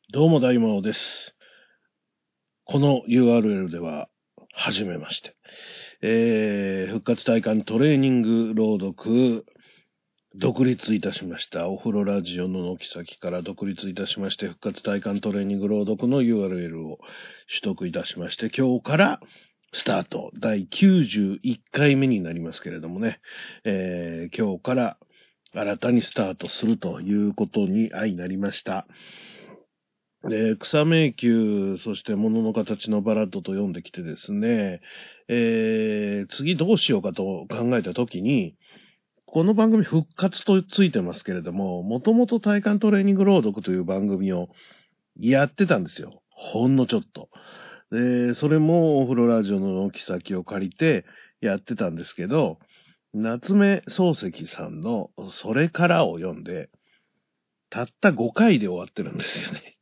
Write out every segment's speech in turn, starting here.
どうも大魔王です。この URL では、はじめまして。復活体感トレーニング朗読、独立いたしました。お風呂ラジオの軒先から独立いたしまして、復活体感トレーニング朗読の URL を取得いたしまして、今日からスタート。第91回目になりますけれどもね、今日から新たにスタートするということに相なりました。草迷宮、そして物の形のバラッドと読んできてですね、次どうしようかと考えたときに、この番組復活とついてますけれども、もともと体感トレーニング朗読という番組をやってたんですよ。ほんのちょっと。それもお風呂ラジオの軒先を借りてやってたんですけど、夏目漱石さんのそれからを読んで、たった5回で終わってるんですよね。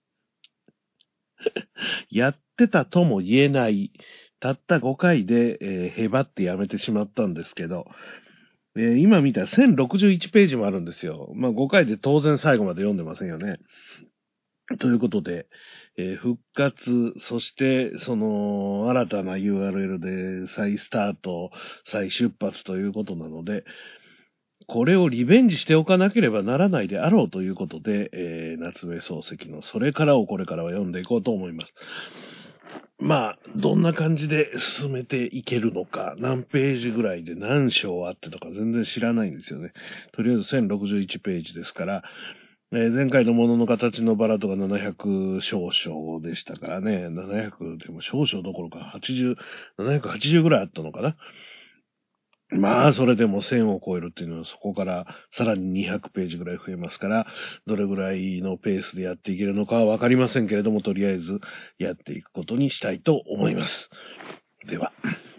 やってたとも言えない、たった5回で、へばってやめてしまったんですけど、今見たら1061ページもあるんですよ。まあ5回で当然最後まで読んでませんよね。ということで、復活、そしてその新たな URL で再スタート、再出発ということなので、これをリベンジしておかなければならないであろうということで、夏目漱石のそれからをこれからは読んでいこうと思います。まあ、どんな感じで進めていけるのか、何ページぐらいで何章あってとか全然知らないんですよね。とりあえず1061ページですから、前回のものの形のバラとか700少々でしたからね、700でも少々どころか80、780ぐらいあったのかな。まあ、それでも1000を超えるっていうのは、そこからさらに200ページぐらい増えますから、どれぐらいのペースでやっていけるのかはわかりませんけれども、とりあえずやっていくことにしたいと思います。では。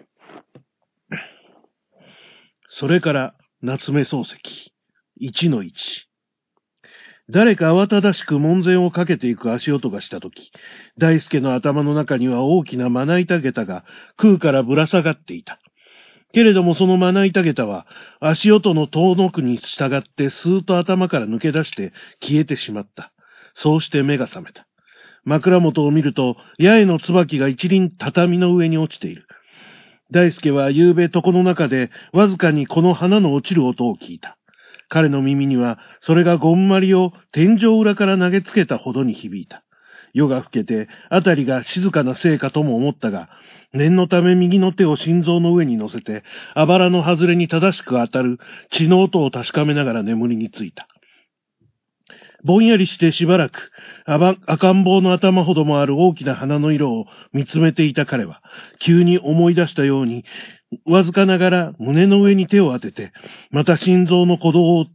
それから、夏目漱石、1-1。誰か慌ただしく門前をかけていく足音がしたとき、大輔の頭の中には大きなまな板下駄が空からぶら下がっていた。けれどもそのまな板下駄は足音の遠のくに従ってスーッと頭から抜け出して消えてしまった。そうして目が覚めた。枕元を見ると八重の椿が一輪畳の上に落ちている。大輔は夕べ床の中でわずかにこの花の落ちる音を聞いた。彼の耳にはそれがゴンマリを天井裏から投げつけたほどに響いた。夜が更けてあたりが静かなせいかとも思ったが、念のため右の手を心臓の上に乗せて、あばらの外れに正しく当たる血の音を確かめながら眠りについた。ぼんやりしてしばらく赤ん坊の頭ほどもある大きな花の色を見つめていた彼は、急に思い出したように、わずかながら胸の上に手を当てて、また心臓の鼓動を、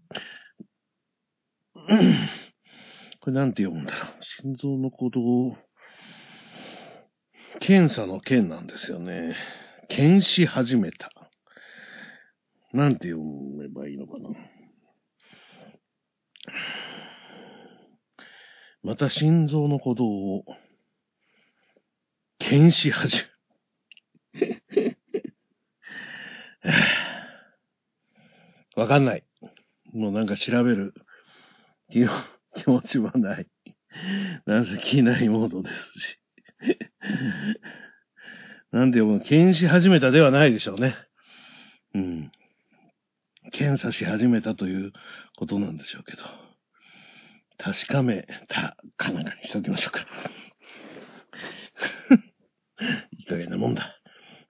これなんて読むんだろう。心臓の鼓動、検査の検なんですよね。検し始めた。なんて読めばいいのかな。また心臓の鼓動を検し始め。わかんない。もうなんか調べる気持ちはない。なぜ気ないモードですし。なんて読むの、検し始めたではないでしょうね。うん。検査し始めたということなんでしょうけど。確かめたかなんかにしておきましょうか。いい加減なもんだ。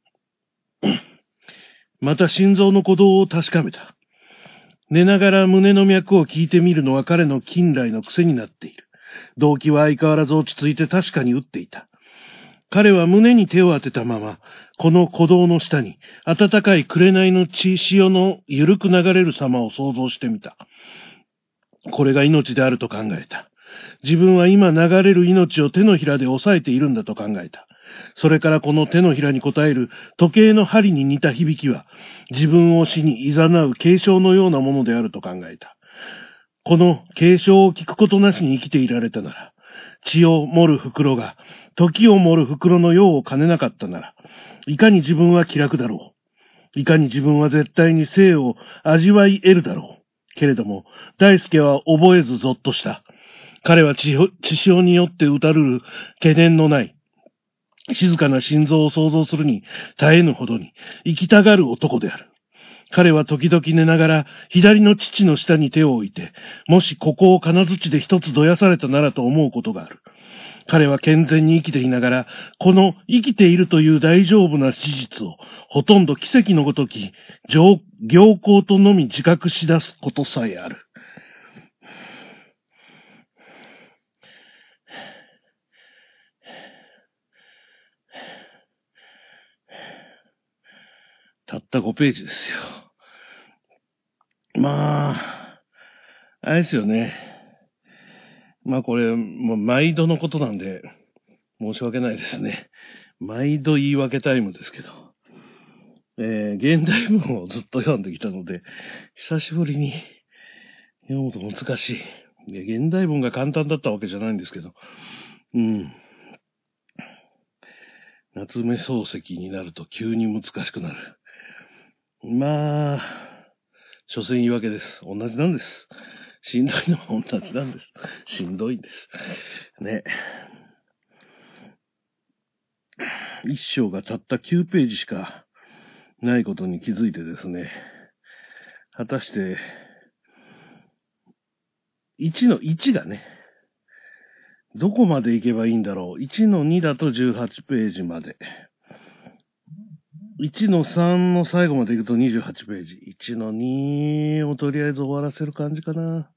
また心臓の鼓動を確かめた。寝ながら胸の脈を聞いてみるのは彼の近来の癖になっている。動機は相変わらず落ち着いて確かに打っていた。彼は胸に手を当てたまま、この鼓動の下に、暖かい紅の潮の緩く流れる様を想像してみた。これが命であると考えた。自分は今流れる命を手のひらで押さえているんだと考えた。それからこの手のひらに応える時計の針に似た響きは、自分を死に誘う警鐘のようなものであると考えた。この警鐘を聞くことなしに生きていられたなら、血を盛る袋が時を盛る袋の用を兼ねなかったなら、いかに自分は気楽だろう。いかに自分は絶対に生を味わい得るだろう。けれども、大輔は覚えずぞっとした。 彼は血潮によって打たるる懸念のない、静かな心臓を想像するに耐えぬほどに生きたがる男である。彼は時々寝ながら左の父の下に手を置いて、もしここを金槌で一つどやされたならと思うことがある。彼は健全に生きていながら、この生きているという大丈夫な事実を、ほとんど奇跡のごとき、行幸とのみ自覚し出すことさえある。たった5ページですよ。まあ、あれですよね。まあこれ、もう毎度のことなんで、申し訳ないですね。毎度言い訳タイムですけど。現代文をずっと読んできたので、久しぶりに読むと難しい。現代文が簡単だったわけじゃないんですけど、夏目漱石になると急に難しくなる。まあ、所詮言い訳です。同じなんです。しんどいのは同じなんです。しんどいんです。ね。一章がたった9ページしかないことに気づいてですね。果たして、1の1がね、どこまで行けばいいんだろう。1の2だと18ページまで。1の3の最後まで行くと28ページ。1の2をとりあえず終わらせる感じかな。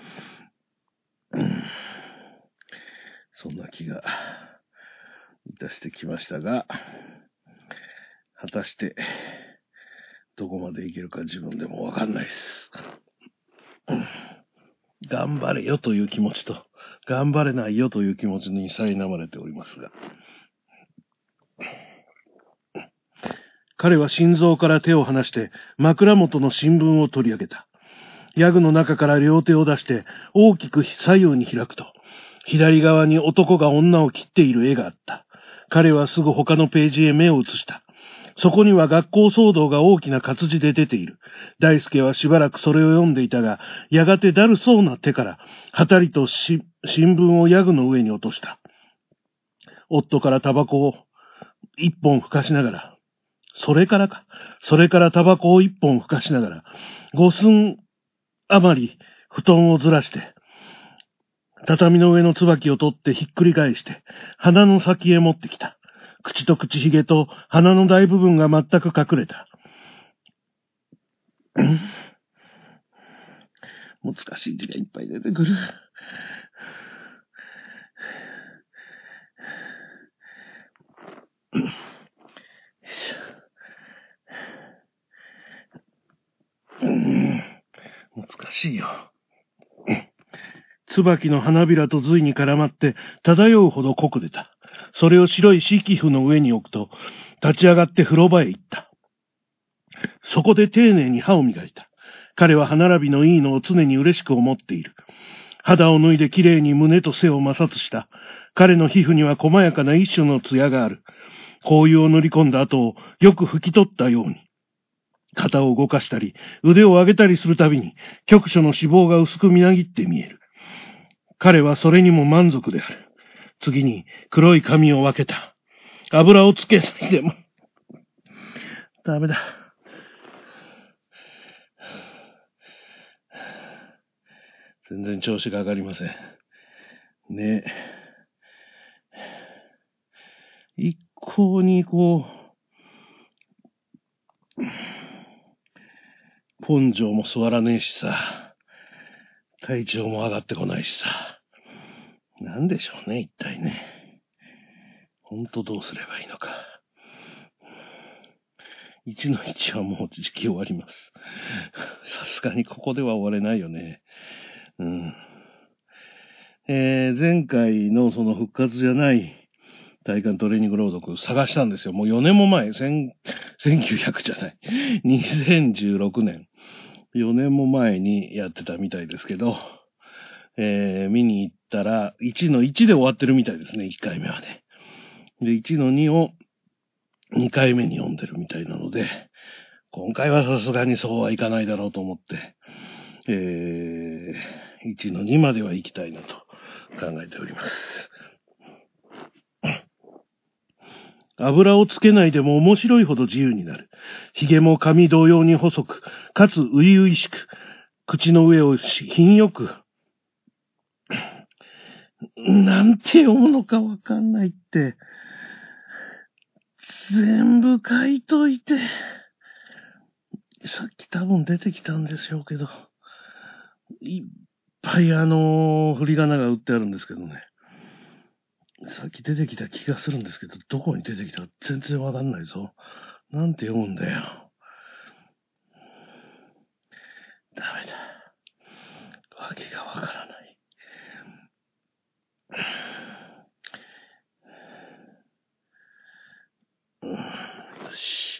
そんな気がいたしてきましたが、果たしてどこまでいけるか自分でもわかんないです。頑張れよという気持ちと、頑張れないよという気持ちに苛まれておりますが。彼は心臓から手を離して枕元の新聞を取り上げた。ヤグの中から両手を出して大きく左右に開くと、左側に男が女を切っている絵があった。彼はすぐ他のページへ目を移した。そこには学校騒動が大きな活字で出ている。大輔はしばらくそれを読んでいたが、やがてだるそうな手から、はたりと新聞をヤグの上に落とした。夫からタバコを一本吹かしながら、それからタバコを一本吹かしながら、5寸余り布団をずらして、畳の上の椿を取ってひっくり返して、鼻の先へ持ってきた。口と口ひげと鼻の大部分が全く隠れた。難しい字がいっぱい出てくる。難しいよ。椿の花びらと髄に絡まって漂うほど濃く出た。それを白い敷布の上に置くと、立ち上がって風呂場へ行った。そこで丁寧に歯を磨いた。彼は歯並びのいいのを常に嬉しく思っている。肌を脱いできれいに胸と背を摩擦した。彼の皮膚には細やかな一種の艶がある。香油を塗り込んだ後をよく拭き取ったように。肩を動かしたり、腕を上げたりするたびに、局所の脂肪が薄くみなぎって見える。彼はそれにも満足である。次に黒い髪を分けた。油をつけないでも。ダメだ。全然調子が上がりません。ね。一向に根性も座らねえしさ。体調も上がってこないしさ。なんでしょうね、一体ね。ほんとどうすればいいのか。1の1はもう時期終わります。さすがにここでは終われないよね。前回のその復活じゃない体幹トレーニング朗読探したんですよ。もう4年も前、1900じゃない。2016年。4年も前にやってたみたいですけど、見に行ったら、1の1で終わってるみたいですね、1回目はね。で、1の2を2回目に読んでるみたいなので、今回はさすがにそうはいかないだろうと思って、1の2までは行きたいなと考えております。油をつけないでも面白いほど自由になる。髭も髪同様に細く、かつ初々しく、口の上を品よく、なんて読むのかわかんないって、全部書いといて、さっき多分出てきたんでしょうけど、いっぱい振り仮名が打ってあるんですけどね。さっき出てきた気がするんですけど、どこに出てきたか全然わかんないぞ。なんて読むんだよ。ダメだ。わけがわからない。よし。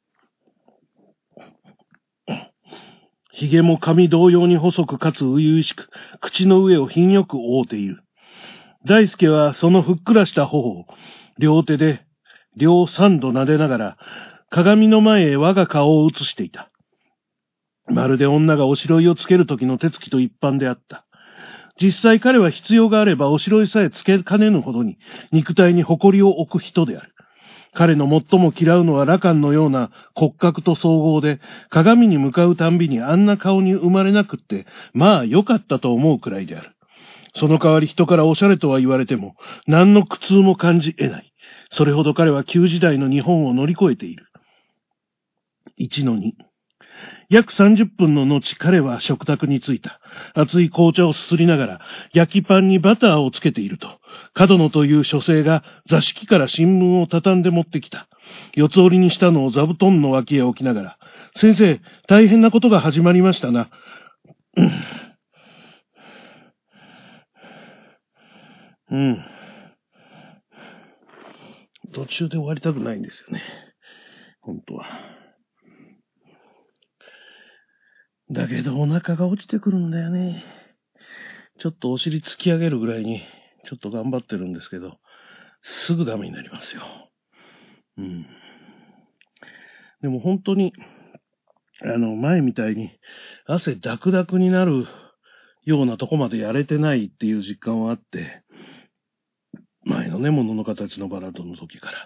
髭も髪同様に細くかつ初々しく、口の上を品よく覆っている。大輔はそのふっくらした頬を両手で両三度撫でながら鏡の前へ我が顔を映していた。まるで女がおしろいをつける時の手つきと一般であった。実際彼は必要があればおしろいさえつけかねぬほどに肉体に誇りを置く人である。彼の最も嫌うのは羅漢のような骨格と総合で、鏡に向かうたんびにあんな顔に生まれなくって、まあ良かったと思うくらいである。その代わり人からおしゃれとは言われても、何の苦痛も感じ得ない。それほど彼は旧時代の日本を乗り越えている。1-2。約30分の後、彼は食卓に着いた。熱い紅茶をすすりながら、焼きパンにバターをつけていると、角野という書生が座敷から新聞を畳んで持ってきた。四つ折りにしたのを座布団の脇へ置きながら、先生、大変なことが始まりましたな。途中で終わりたくないんですよね。本当は。だけどお腹が落ちてくるんだよね。ちょっとお尻突き上げるぐらいに、ちょっと頑張ってるんですけど、すぐダメになりますよ。でも本当に、前みたいに汗ダクダクになるようなとこまでやれてないっていう実感はあって、前のね、物の形のバラードの時から。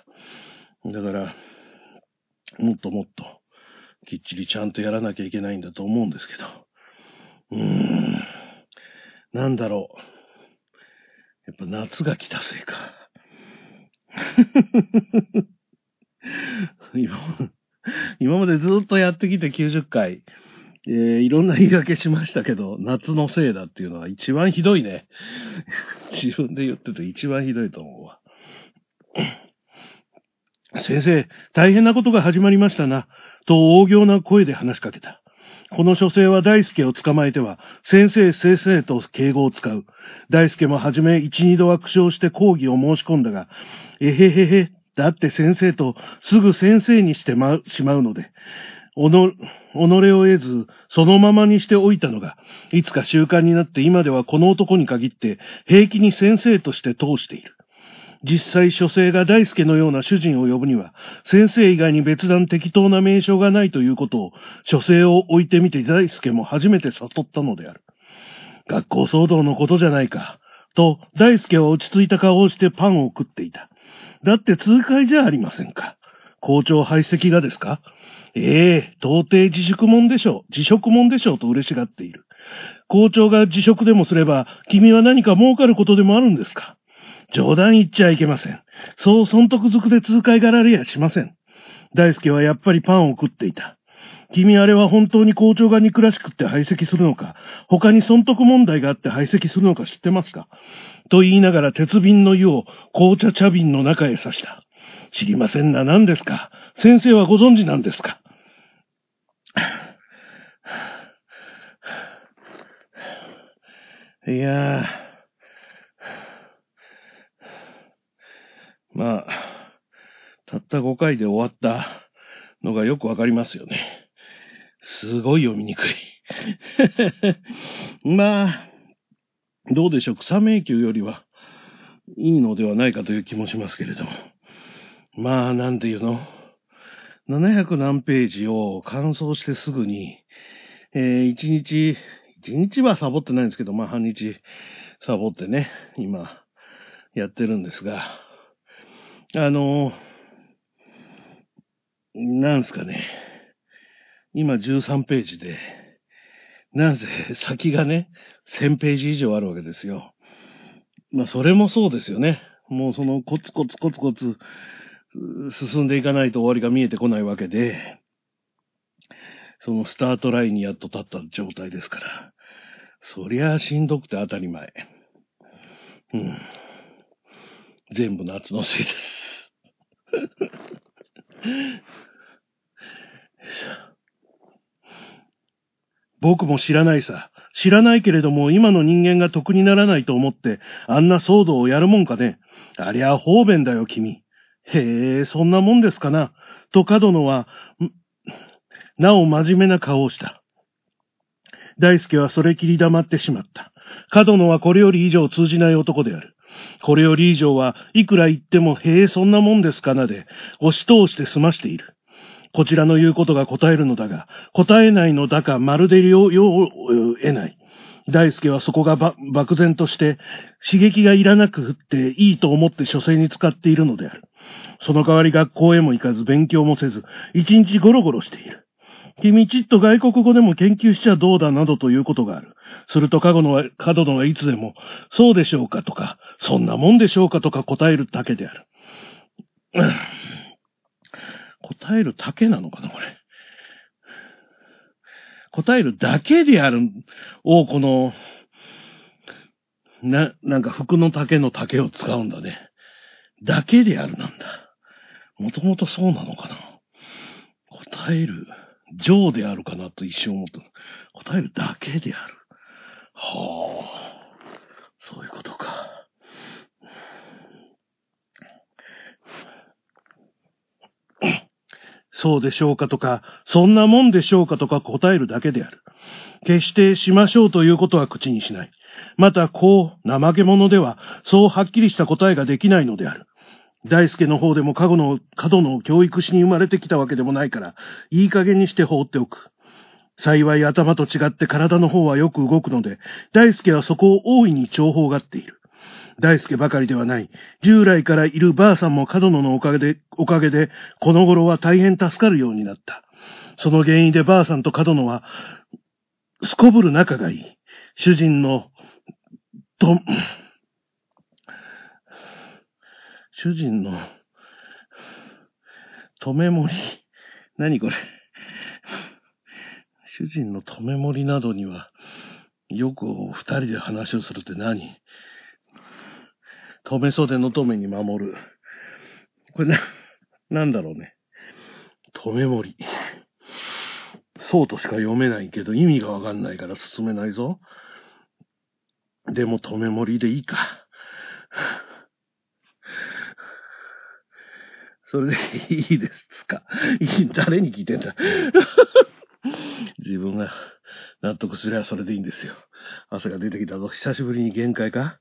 だから、もっともっと、きっちりちゃんとやらなきゃいけないんだと思うんですけど。なんだろう。やっぱ夏が来たせいか。今までずっとやってきて90回、いろんな言い訳しましたけど、夏のせいだっていうのは一番ひどいね。自分で言ってて一番ひどいと思うわ。先生、大変なことが始まりましたな、と大行な声で話しかけた。この書生は大輔を捕まえては、先生と敬語を使う。大輔もはじめ一二度は苦笑して抗議を申し込んだが、えへへへ、だって先生とすぐ先生にしてしまうので、己を得ず、そのままにしておいたのが、いつか習慣になって今ではこの男に限って平気に先生として通している。実際書生が大輔のような主人を呼ぶには、先生以外に別段適当な名称がないということを、書生を置いてみて大輔も初めて悟ったのである。学校騒動のことじゃないか。と、大輔は落ち着いた顔をしてパンを食っていた。だって痛快じゃありませんか。校長排斥がですか？到底自粛もんでしょうと嬉しがっている。校長が辞職でもすれば、君は何か儲かることでもあるんですか？冗談言っちゃいけません。そう損得づくで痛快がられやしません。大輔はやっぱりパンを食っていた。君あれは本当に校長が憎らしくって排斥するのか、他に損得問題があって排斥するのか知ってますか？と言いながら鉄瓶の湯を紅茶瓶の中へ刺した。知りませんな、何ですか？先生はご存知なんですか？いやまあ、たった5回で終わったのがよくわかりますよね。すごい読みにくい。まあ、どうでしょう。草迷宮よりはいいのではないかという気もしますけれども。まあ、なんていうの。700何ページを完走してすぐに、1日はサボってないんですけど、まあ半日サボってね、今、やってるんですが、なんすかね。今13ページで、なぜ先がね、1000ページ以上あるわけですよ。まあ、それもそうですよね。もうそのコツコツ進んでいかないと終わりが見えてこないわけで、そのスタートラインにやっと立った状態ですから。そりゃあしんどくて当たり前。全部夏のせいです。僕も知らないさ。知らないけれども、今の人間が得にならないと思って、あんな騒動をやるもんかね。ありゃ方便だよ、君。へえ、そんなもんですかな。と角野は、なお真面目な顔をした。大輔はそれきり黙ってしまった。角野はこれより以上通じない男である。これより以上はいくら言っても、へえ、そんなもんですかなで、押し通して済ましている。こちらの言うことが答えるのだが、答えないのだかまるでよう得ない。大輔はそこが漠然として刺激がいらなくっていいと思って書生に使っているのである。その代わり学校へも行かず勉強もせず、一日ゴロゴロしている。君ちっと外国語でも研究しちゃどうだなどということがある。すると角野はいつでも、そうでしょうかとか、そんなもんでしょうかとか答えるだけである。答えるだけなのかな、これ。答えるだけであるを、この、なんか服の丈の丈を使うんだね。だけであるなんだ。もともとそうなのかな。答える、上であるかなと一瞬思った。答えるだけである。はあ、そういうことか。そうでしょうかとか、そんなもんでしょうかとか答えるだけである。決してしましょうということは口にしない。また、怠け者では、そうはっきりした答えができないのである。大輔の方でも角野を教育しに生まれてきたわけでもないから、いい加減にして放っておく。幸い頭と違って体の方はよく動くので、大輔はそこを大いに重宝がっている。大輔ばかりではない。従来からいるばあさんも角野のおかげで、この頃は大変助かるようになった。その原因でばあさんと角野は、すこぶる仲がいい。主人の止め盛り。何これ。主人の止め盛りなどには、よく二人で話をするって何？止め袖の止めに守る。これなんだろうね。止め盛り。そうとしか読めないけど意味がわかんないから進めないぞ。でも止め盛りでいいか。それでいいですか。誰に聞いてんだ。自分が納得すればそれでいいんですよ。汗が出てきたぞ。久しぶりに限界か？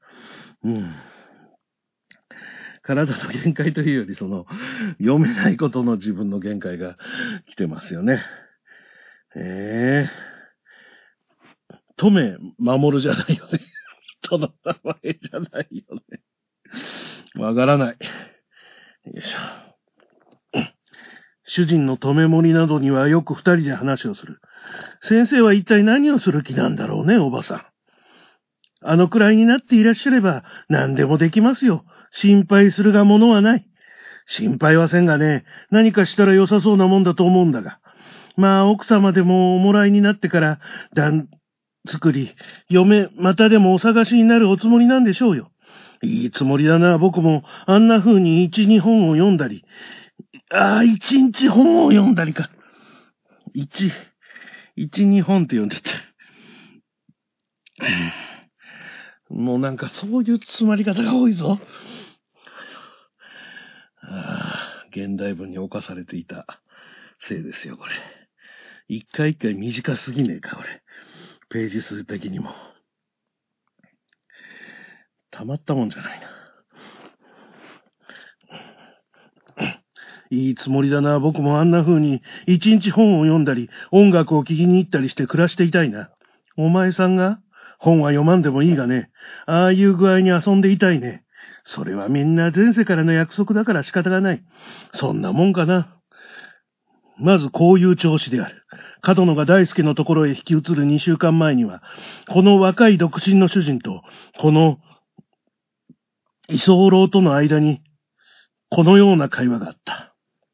体の限界というより、読めないことの自分の限界が来てますよね。とめ守るじゃないよね。人の名前じゃないよね。わからない。よいしょ。主人の止め盛りなどにはよく二人で話をする。先生は一体何をする気なんだろうね、おばさん。あのくらいになっていらっしゃれば何でもできますよ。心配するがものはない。心配はせんがね、何かしたら良さそうなもんだと思うんだが。まあ、奥様でもおもらいになってから、作り、またでもお探しになるおつもりなんでしょうよ。いいつもりだな。僕もあんな風に一、二本を読んだり。一日本を読んだりか。一、二本って読んでて。もうなんかそういう詰まり方が多いぞ。現代文に侵されていたせいですよ、これ。一回一回短すぎねえか、これ。ページ数的にも。たまったもんじゃないな。いいつもりだな。僕もあんな風に一日本を読んだり、音楽を聴きに行ったりして暮らしていたいな。お前さんが本は読まんでもいいがね、ああいう具合に遊んでいたいね。それはみんな前世からの約束だから仕方がない。そんなもんかな。まずこういう調子である。角野が大輔のところへ引き移る2週間前には、この若い独身の主人と、この居候との間に、このような会話があった。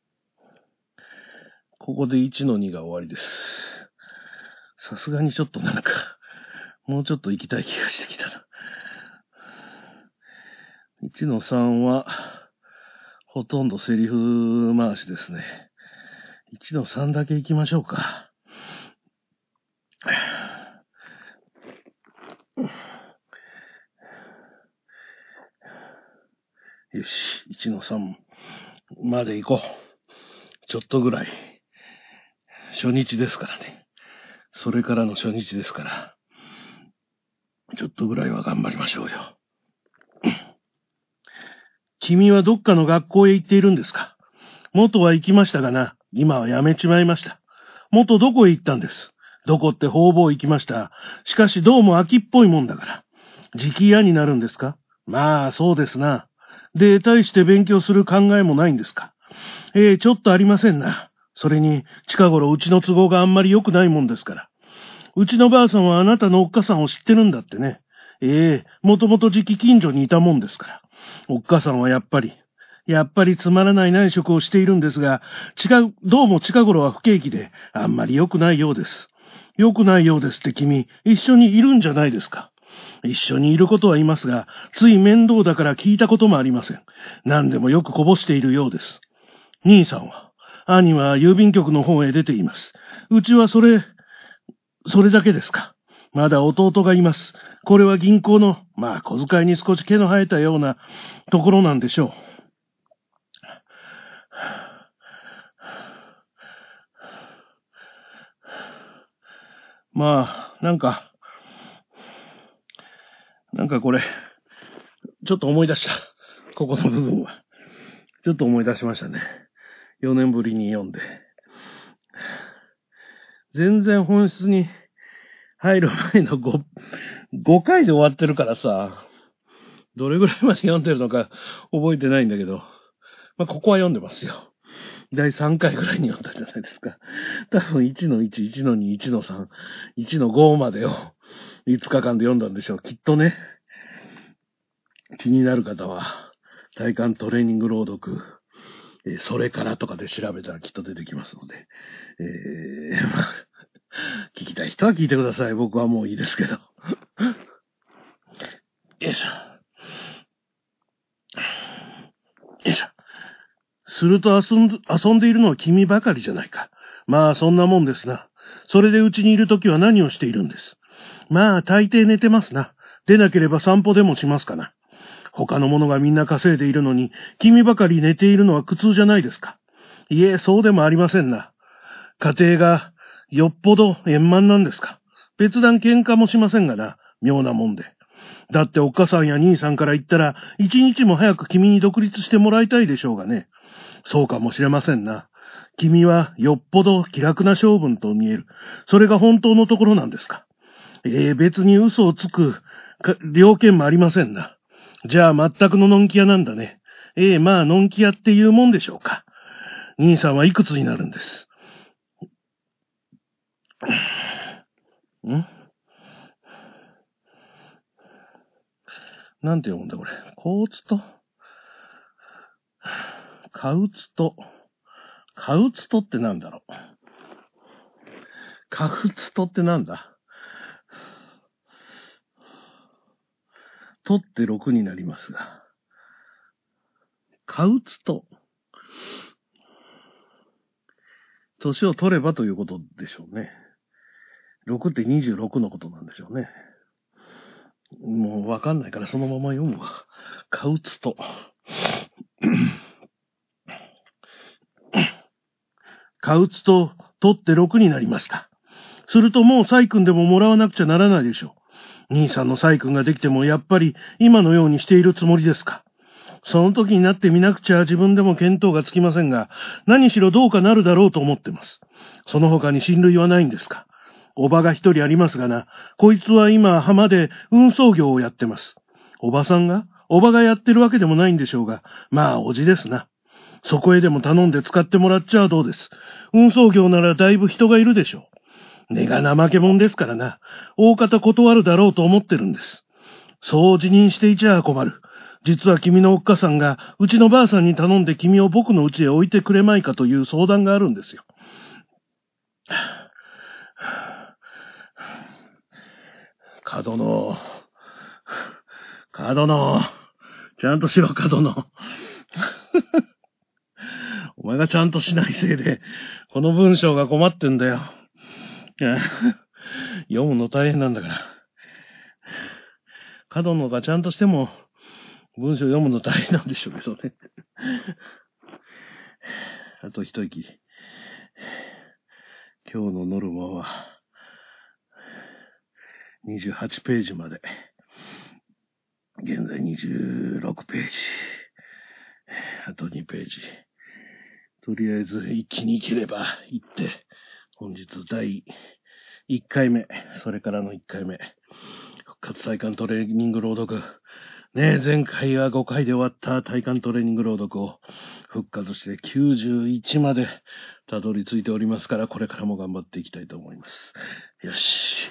ここで1の2が終わりです。さすがにちょっとなんか、もうちょっと行きたい気がしてきたな。1の3は、ほとんどセリフ回しですね。1の3だけ行きましょうか。よし、1の3まで行こう。ちょっとぐらい。初日ですからね。それからの初日ですから。ちょっとぐらいは頑張りましょうよ。君はどっかの学校へ行っているんですか？元は行きましたがな、今は辞めちまいました。元どこへ行ったんです？どこって方々行きました。しかしどうも秋っぽいもんだから。時期嫌になるんですか？まあ、そうですな。で、大して勉強する考えもないんですか？ちょっとありませんな。それに、近頃うちの都合があんまり良くないもんですから。うちのばあさんはあなたのおっかさんを知ってるんだってね。もともとじき近所にいたもんですから。おっかさんはやっぱりつまらない内職をしているんですが、どうも近頃は不景気で、あんまり良くないようです。良くないようですって君、一緒にいるんじゃないですか。一緒にいることはいますが、つい面倒だから聞いたこともありません。何でもよくこぼしているようです。兄さんは、兄は郵便局の方へ出ています。うちはそれだけですか。まだ弟がいます。これは銀行の、小遣いに少し毛の生えたようなところなんでしょう。なんかこれ、ちょっと思い出した。ここの部分は。ちょっと思い出しましたね。4年ぶりに読んで。全然本質に入る前の5回で終わってるからさ、どれぐらいまで読んでるのか覚えてないんだけど、ここは読んでますよ。第3回ぐらいに読んだんじゃないですか。多分1の1、1の2、1の3、1の5までを5日間で読んだんでしょう。きっとね。気になる方は、体感トレーニング朗読、それからとかで調べたらきっと出てきますので、聞きたい人は聞いてください。僕はもういいですけど。よいしょ。よいしょ。すると遊んでいるのは君ばかりじゃないか。そんなもんですな。それでうちにいるときは何をしているんです？大抵寝てますな。出なければ散歩でもしますかな。他の者がみんな稼いでいるのに、君ばかり寝ているのは苦痛じゃないですか。いえ、そうでもありませんな。家庭がよっぽど円満なんですか。別段喧嘩もしませんがな。妙なもんで。だっておっかさんや兄さんから言ったら、一日も早く君に独立してもらいたいでしょうがね。そうかもしれませんな。君はよっぽど気楽な性分と見える。それが本当のところなんですか。別に嘘をつく了見もありませんな。じゃあ全くののんき屋なんだね。のんき屋っていうもんでしょうか。兄さんはいくつになるんです？なんて読むんだこれ。こうつとかうつと。かうつとってなんだろう。かうつとってなんだ。とって6になりますが。かうつと。年を取ればということでしょうね。6って26のことなんでしょうね。もうわかんないからそのまま読むわ。かうつと。かうつと取って6になりました。するともう細君でももらわなくちゃならないでしょう。兄さんの細君ができてもやっぱり今のようにしているつもりですか。その時になってみなくちゃ自分でも見当がつきませんが、何しろどうかなるだろうと思ってます。その他に親類はないんですか。 おばが一人ありますがな、こいつは今浜で運送業をやってます。おばさんがおばがやってるわけでもないんでしょうが、まあおじですな。そこへでも頼んで使ってもらっちゃどうです。運送業ならだいぶ人がいるでしょう。根が怠け者ですからな、大方断るだろうと思ってるんです。そう辞任していちゃ困る。実は君のおっかさんが、うちのばあさんに頼んで君を僕の家へ置いてくれまいかという相談があるんですよ。角野、ちゃんとしろ、角野。お前がちゃんとしないせいで、この文章が困ってんだよ。読むの大変なんだから。角野がちゃんとしても、文章読むの大変なんでしょうけどね。あと一息。今日のノルマは、28ページまで。現在26ページ。あと2ページ。とりあえず一気に行ければ行って、本日第1回目、それからの1回目。復活体幹トレーニング朗読。ねえ、前回は5回で終わった体幹トレーニング朗読を復活して91までたどり着いておりますから、これからも頑張っていきたいと思います。よし。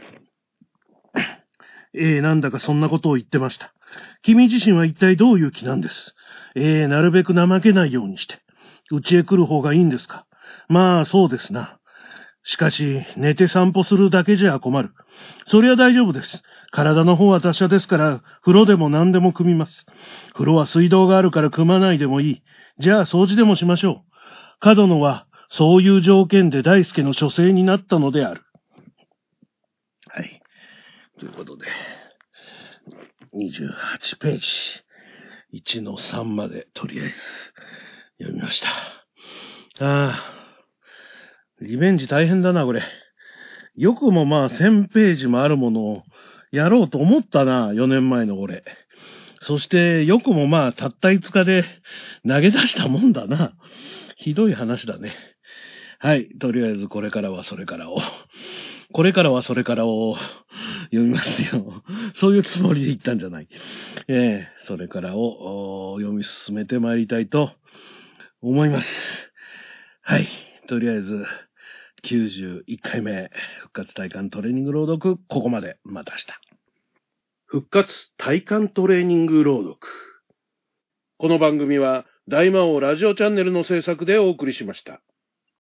なんだかそんなことを言ってました。君自身は一体どういう気なんです？なるべく怠けないようにして。家へ来る方がいいんですか？まあ、そうですな。しかし、寝て散歩するだけじゃ困る。そりゃ大丈夫です。体の方は達者ですから、風呂でも何でも汲みます。風呂は水道があるから汲まないでもいい。じゃあ掃除でもしましょう。角野は、そういう条件で大輔の書生になったのである。はい。ということで、28ページ、1の3までとりあえず読みました。リベンジ大変だな、これ。よくもまあ1000ページもあるものをやろうと思ったな、4年前の俺。そしてよくもまあたった5日で投げ出したもんだな。ひどい話だね。はい、とりあえずこれからはそれからを。これからはそれからを読みますよ。そういうつもりで言ったんじゃない。それからを読み進めてまいりたいと思います。はい、とりあえず91回目復活体幹トレーニング朗読、ここまで。また明日。復活体幹トレーニング朗読。この番組は大魔王ラジオチャンネルの制作でお送りしました。